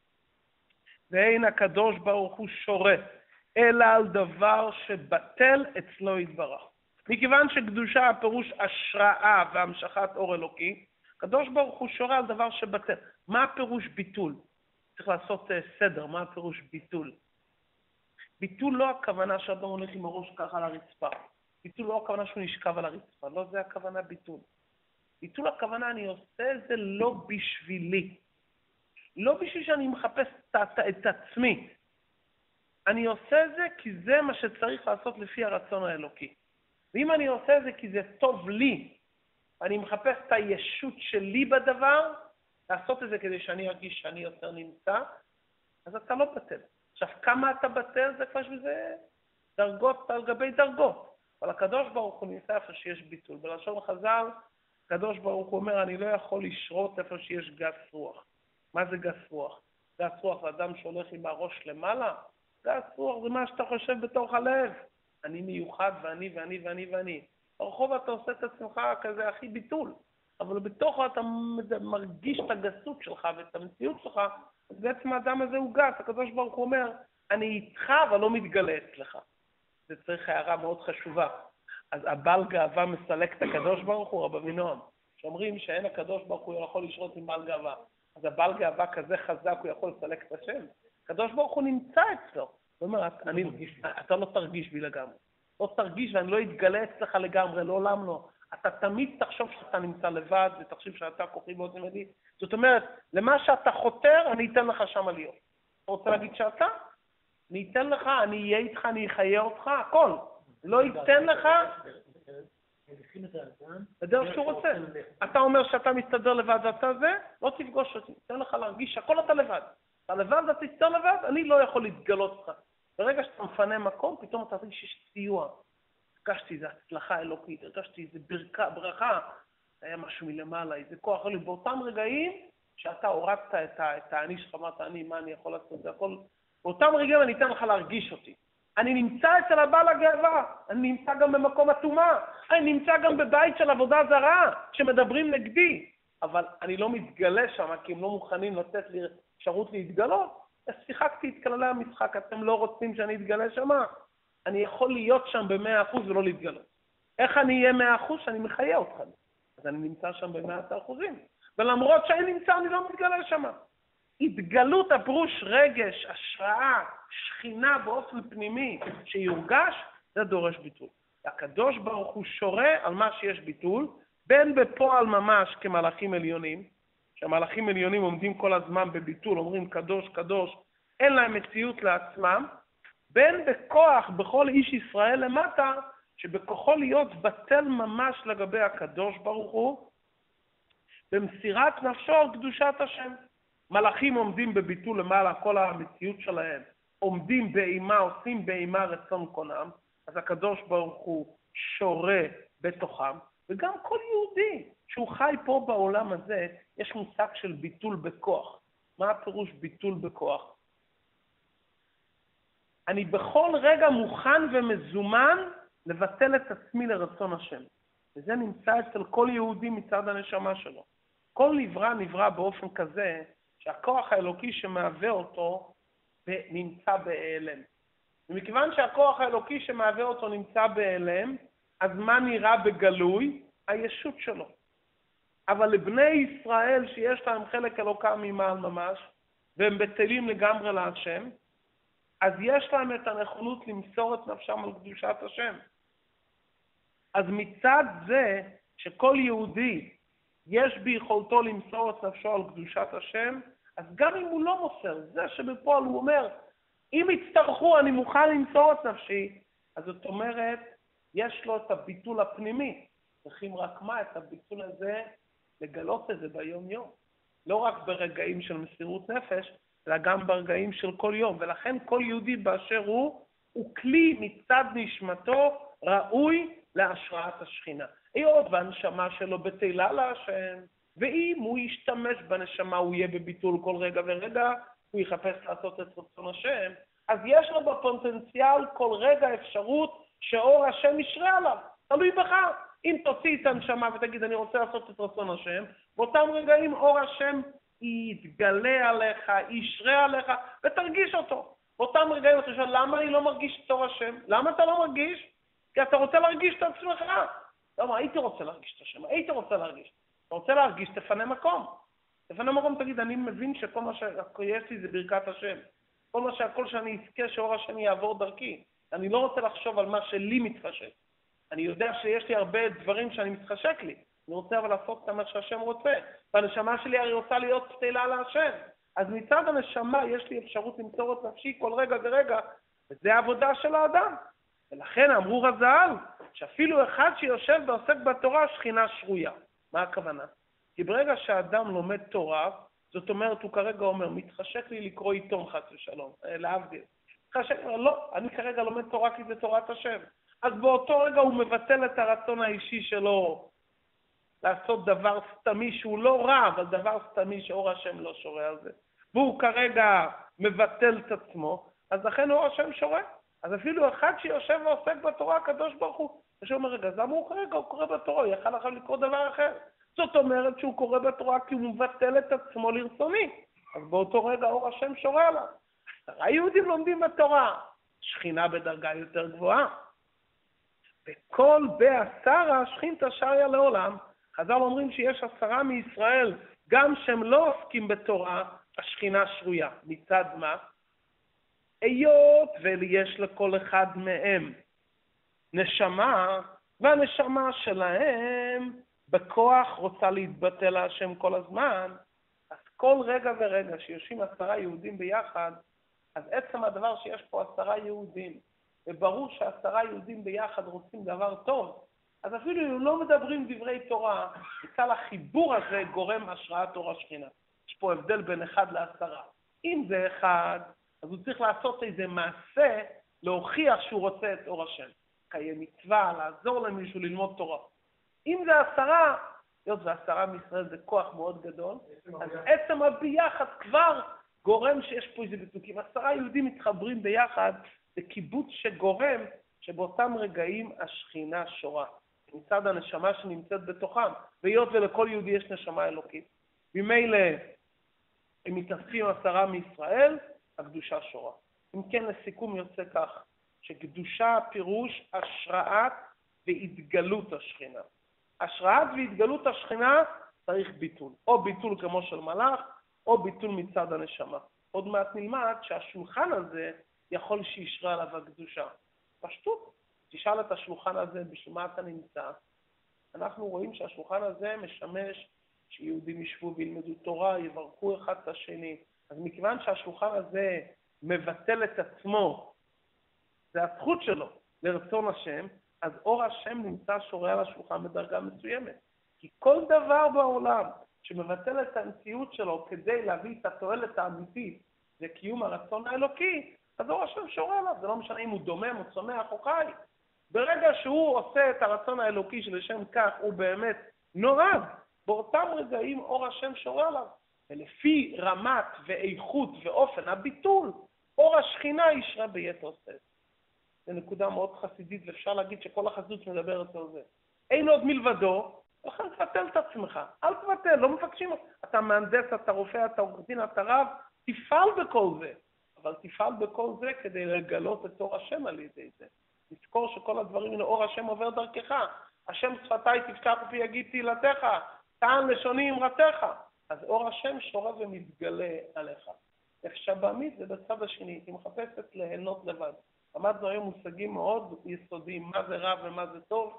[SPEAKER 1] ואין הקדוש ברוך הוא שורף, אלא על דבר שבטל אצלו יתברך. מכיוון שקדושה הפירוש השראה והמשכת אור אלוקי, הקדוש ברוך הוא שורה על דבר שבטל. מה הפירוש ביטול? צריך לעשות סדר, מה הפירוש ביטול? ביטול לא הכוונה שאדם הולך עם הראש ככה על הרצפה. ביטול לא הכוונה שהוא נשכב על הרצפה, לא זה הכוונה ביטול. ביטול הכוונה אני עושה את זה לא בשבילי. לא בשביל שאני מחפש את, את עצמי. אני עושה את זה כי זה מה שצריך לעשות לפי הרצון האלוקי. ואם אני עושה את זה כי זה טוב לי, אני מחפש את הישות שלי בדבר, לעשות את זה כדי שאני ארגיש שאני יותר נמצא, אז אתה לא בטל. עכשיו, כמה אתה בטל זה כבר שזה דרגות על גבי דרגות. אבל הקדוש ברוך הוא נמצא איפה שיש ביטול. בלשון חז"ל, הקדוש ברוך הוא אומר, אני לא יכול לשרות איפה שיש גס רוח. מה זה גס רוח? גס רוח זה אדם שהולך עם הראש למעלה. גס רוח זה מה שאתה חושב בתוך הלב. אני מיוחד ואני ואני ואני ואני. ברחוב אתה עושה את עצמך כזה הכי ביטול. אבל בתוכו אתה מרגיש את הגסות שלך ואת המציאות שלך, אז בעצם האדם הזה הוא גס. הקדוש ברוך הוא אומר, אני איתך אבל לא מתגלה אצלך. זה צריך הערה מאוד חשובה. אז הבעל גאווה מסלק את הקדוש ברוך הוא, רב אבינועם. שאומרים שאין הקדוש ברוך הוא יכול לשרות עם בעל גאווה. אז הבעל גאווה כזה חזק הוא יכול לסלק את השם. הקדוש ברוך הוא נמצא אצלו. זאת אומרת, אני, אתה לא תרגיש בי לגמרי. לא תרגיש ואני לא אתגלה אצלך לגמרי, לעולם לא. אתה תמיד תחשוב שאתה נמצא לבד, ותחשוב שאתה כוחי ועוצם ידי. זאת אומרת, למה שאתה חותר, אני אתן לך שם להיות. אתה רוצה להגיד שאתה? אני אתן לך, אני אהיה איתך, אני אחיה אותך, הכל. לא ייתן לך בדרך שהוא רוצה. אתה אומר שאתה מסתדר לבד ואתה זה, לא תפגוש אותי. אתן לך להרגיש שהכל אתה לבד. אתה לבד, אתה תסתדר לבד, אני לא יכול להתגלות לך. ברגע שאתה מפנה מקום, פתאום אתה תרגיש שיש סיוע. הרגשתי איזו הצלחה אלוקית, הרגשתי איזו ברכה, ברכה, היה משהו מלמעלה, איזה כוח עלי. באותם רגעים שאתה הורדת את, את האני שלך, אמרת, אני, מה אני יכול לעשות, זה הכל. באותם רגעים אני אתן לך להרגיש אותי. אני נמצא אצל הבעל הגאווה, אני נמצא גם במקום אטומה, אני נמצא גם בבית של עבודה זרה, שמדברים נגדי, אבל אני לא מתגלה שם, כי הם לא מוכנים לתת לי אפשרות להתגלות. אז שיחקתי את כללי המשחק, אתם לא רוצים שאני אתגלה שם? אני יכול להיות שם במאה אחוז ולא להתגלות. איך אני אהיה מאה אחוז? שאני מחיה אותך. אז אני נמצא שם במאת האחוזים. ולמרות שאני נמצא, אני לא מתגלה שם. התגלות הפירוש רגש, השראה, שכינה באופן פנימי שיורגש, זה דורש ביטול. הקדוש ברוך הוא שורה על מה שיש ביטול, בין בפועל ממש כמלאכים עליונים, שהמלאכים עליונים עומדים כל הזמן בביטול, אומרים קדוש, קדוש, אין להם מציאות לעצמם, בין בכוח בכל איש ישראל למטה, שבכוחו להיות בטל ממש לגבי הקדוש ברוך הוא, במסירת נפשו על קדושת השם. מלאכים עומדים בביטול למעלה, כל המציאות שלהם, עומדים באימה, עושים באימה רצון קונם, אז הקדוש ברוך הוא שורה בתוכם, וגם כל יהודי שהוא חי פה בעולם הזה, יש מושג של ביטול בכוח. מה הפירוש ביטול בכוח? אני בכל רגע מוכן ומזומן לבטל את עצמי לרצון השם. וזה נמצא אצל כל יהודי מצד הנשמה שלו. כל נברא נברא באופן כזה, שהכוח האלוקי שמהווה אותו נמצא בהיעלם. ומכיוון שהכוח האלוקי שמהווה אותו נמצא בהיעלם, אז מה נראה בגלוי? הישות שלו. אבל לבני ישראל שיש להם חלק אלוקה ממעל ממש, והם בטלים לגמרי להשם, אז יש להם את הנכונות למסור את נפשם על קדושת השם. אז מצד זה שכל יהודי יש ביכולתו למסור את נפשו על קדושת השם, אז גם אם הוא לא מוסר, זה שבפועל הוא אומר, אם יצטרכו אני מוכן למסור את נפשי, אז זאת אומרת, יש לו את הביטול הפנימי. צריכים רק מה? את הביטול הזה, לגלות את זה ביום יום. לא רק ברגעים של מסירות נפש, אלא גם ברגעים של כל יום. ולכן כל יהודי באשר הוא, הוא כלי מצד נשמתו ראוי להשראת השכינה. היות והנשמה שלו בטלה להשם, ואם הוא ישתמש בנשמה, הוא יהיה בביטול כל רגע ורגע, הוא יחפש לעשות את רצון השם, אז יש לו בפוטנציאל כל רגע אפשרות שאור השם ישרה עליו. תלוי בך. אם תוציא את הנשמה ותגיד, אני רוצה לעשות את רצון השם, באותם רגעים אור השם יתגלה עליך, ישרה עליך, ותרגיש אותו. באותם רגעים אתה שואל, למה אני לא מרגיש את אור השם? למה אתה לא מרגיש? כי אתה רוצה להרגיש את עצמך. למה? הייתי רוצה להרגיש את השם, הייתי רוצה להרגיש. אתה רוצה להרגיש, תפנה מקום. תפנה מקום, תגיד, אני מבין שכל מה שיש לי זה ברכת השם. כל מה שהכל שאני אזכה שאור השם יעבור דרכי. אני לא רוצה לחשוב על מה שלי מתחשק. אני יודע שיש לי הרבה דברים שאני מתחשק לי. אני רוצה אבל לעשות את מה שהשם רוצה. והנשמה שלי הרי רוצה להיות פתילה להשם. אז מצד הנשמה יש לי אפשרות למסור את נפשי כל רגע ורגע. וזה העבודה של האדם. ולכן אמרו רז"ל, שאפילו אחד שיושב ועוסק בתורה, שכינה שרויה. מה הכוונה? כי ברגע שהאדם לומד תורה, זאת אומרת, הוא כרגע אומר, מתחשק לי לקרוא עיתון חס ושלום, להבדיל. מתחשק, לא, אני כרגע לומד תורה כי זה תורת השם. אז באותו רגע הוא מבטל את הרצון האישי שלו לעשות דבר סתמי שהוא לא רע, אבל דבר סתמי שאור השם לא שורה על זה. והוא כרגע מבטל את עצמו, אז לכן אור השם שורה. אז אפילו אחד שיושב ועוסק בתורה, הקדוש ברוך הוא, ושאומר, רגע, אז למה הוא כרגע? הוא קורא בתורה, הוא יכל עכשיו לקרוא דבר אחר. זאת אומרת שהוא קורא בתורה כי הוא מבטל את עצמו לרצוני. אז באותו רגע אור השם שורה עליו. היהודים לומדים בתורה, שכינה בדרגה יותר גבוהה. וכל בעשרה שכינתא שריה לעולם. חז"ל אומרים שיש עשרה מישראל, גם שהם לא עוסקים בתורה, השכינה שרויה. מצד מה? היות ויש לכל אחד מהם נשמה, והנשמה שלהם בכוח רוצה להתבטא להשם כל הזמן, אז כל רגע ורגע שיושבים עשרה יהודים ביחד, אז עצם הדבר שיש פה עשרה יהודים, וברור שעשרה יהודים ביחד רוצים דבר טוב, אז אפילו אם לא מדברים דברי תורה, בגלל החיבור הזה גורם השראת אור השכינה. יש פה הבדל בין אחד לעשרה. אם זה אחד, אז הוא צריך לעשות איזה מעשה להוכיח שהוא רוצה את אור השם. קיים מצווה, לעזור למישהו ללמוד תורה. אם זה עשרה, היות ועשרה מישראל זה כוח מאוד גדול, אז עצם הביחד כבר גורם שיש פה איזה ביטוקים. עשרה יהודים מתחברים ביחד, זה קיבוץ שגורם שבאותם רגעים השכינה שורה. מצד הנשמה שנמצאת בתוכם, והיות ולכל יהודי יש נשמה אלוקית. ממילא הם מתאספים עשרה מישראל, הקדושה שורה. אם כן, לסיכום יוצא כך, שקדושה פירוש השראת והתגלות השכינה. השראת והתגלות השכינה צריך ביטול. או ביטול כמו של מלאך, או ביטול מצד הנשמה. עוד מעט נלמד שהשולחן הזה יכול שישרה עליו הקדושה. פשטות. תשאל את השולחן הזה בשביל מה אתה נמצא. אנחנו רואים שהשולחן הזה משמש שיהודים ישבו וילמדו תורה, יברכו אחד את השני. אז מכיוון שהשולחן הזה מבטל את עצמו, זה הזכות שלו לרצון השם, אז אור השם נמצא שורה על השולחן בדרגה מסוימת. כי כל דבר בעולם שמבטל את המציאות שלו כדי להביא את התועלת האמיתית לקיום הרצון האלוקי, אז אור השם שורה עליו. זה לא משנה אם הוא דומם או צומח או חי. ברגע שהוא עושה את הרצון האלוקי שלשם כך הוא באמת נולד, באותם רגעים אור השם שורה עליו. ולפי רמת ואיכות ואופן הביטול, אור השכינה ישרה ביתר שאת. זו נקודה מאוד חסידית, ואפשר להגיד שכל החסידות מדברת על זה. אין עוד מלבדו, לכן תבטל את עצמך. אל תבטל, לא מבקשים. אתה מהנדס, אתה רופא, אתה עורך דין, אתה רב, תפעל בכל זה. אבל תפעל בכל זה כדי לגלות את אור השם על ידי זה. תזכור שכל הדברים האלה, אור השם עובר דרכך. השם שפתיי תפתח ופי יגיד תהילתך, טען לשוני אמרתך. אז אור השם שורה ומתגלה עליך. אפשר בעמית זה בצד השני, היא מחפשת ליהנות לבד. למדנו היום מושגים מאוד יסודיים, מה זה רע ומה זה טוב,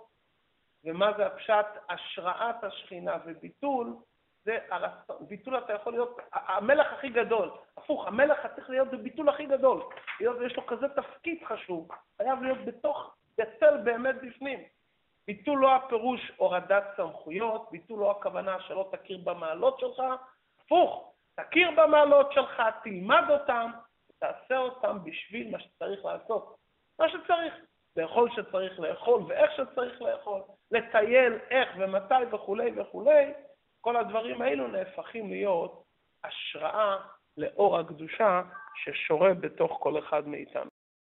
[SPEAKER 1] ומה זה הפשט, השראת השכינה וביטול, זה, ביטול אתה יכול להיות המלך הכי גדול, הפוך, המלך צריך להיות בביטול הכי גדול, יש לו כזה תפקיד חשוב, חייב להיות בתוך, יצל באמת בפנים. ביטול לא הפירוש הורדת סמכויות, ביטול לא הכוונה שלא תכיר במעלות שלך, הפוך, תכיר במעלות שלך, תלמד אותם, תעשה אותם בשביל מה שצריך לעשות. מה שצריך, לאכול שצריך לאכול ואיך שצריך לאכול, לטייל איך ומתי וכו' וכו', כל הדברים האלו נהפכים להיות השראה לאור הקדושה ששורה בתוך כל אחד מאיתנו.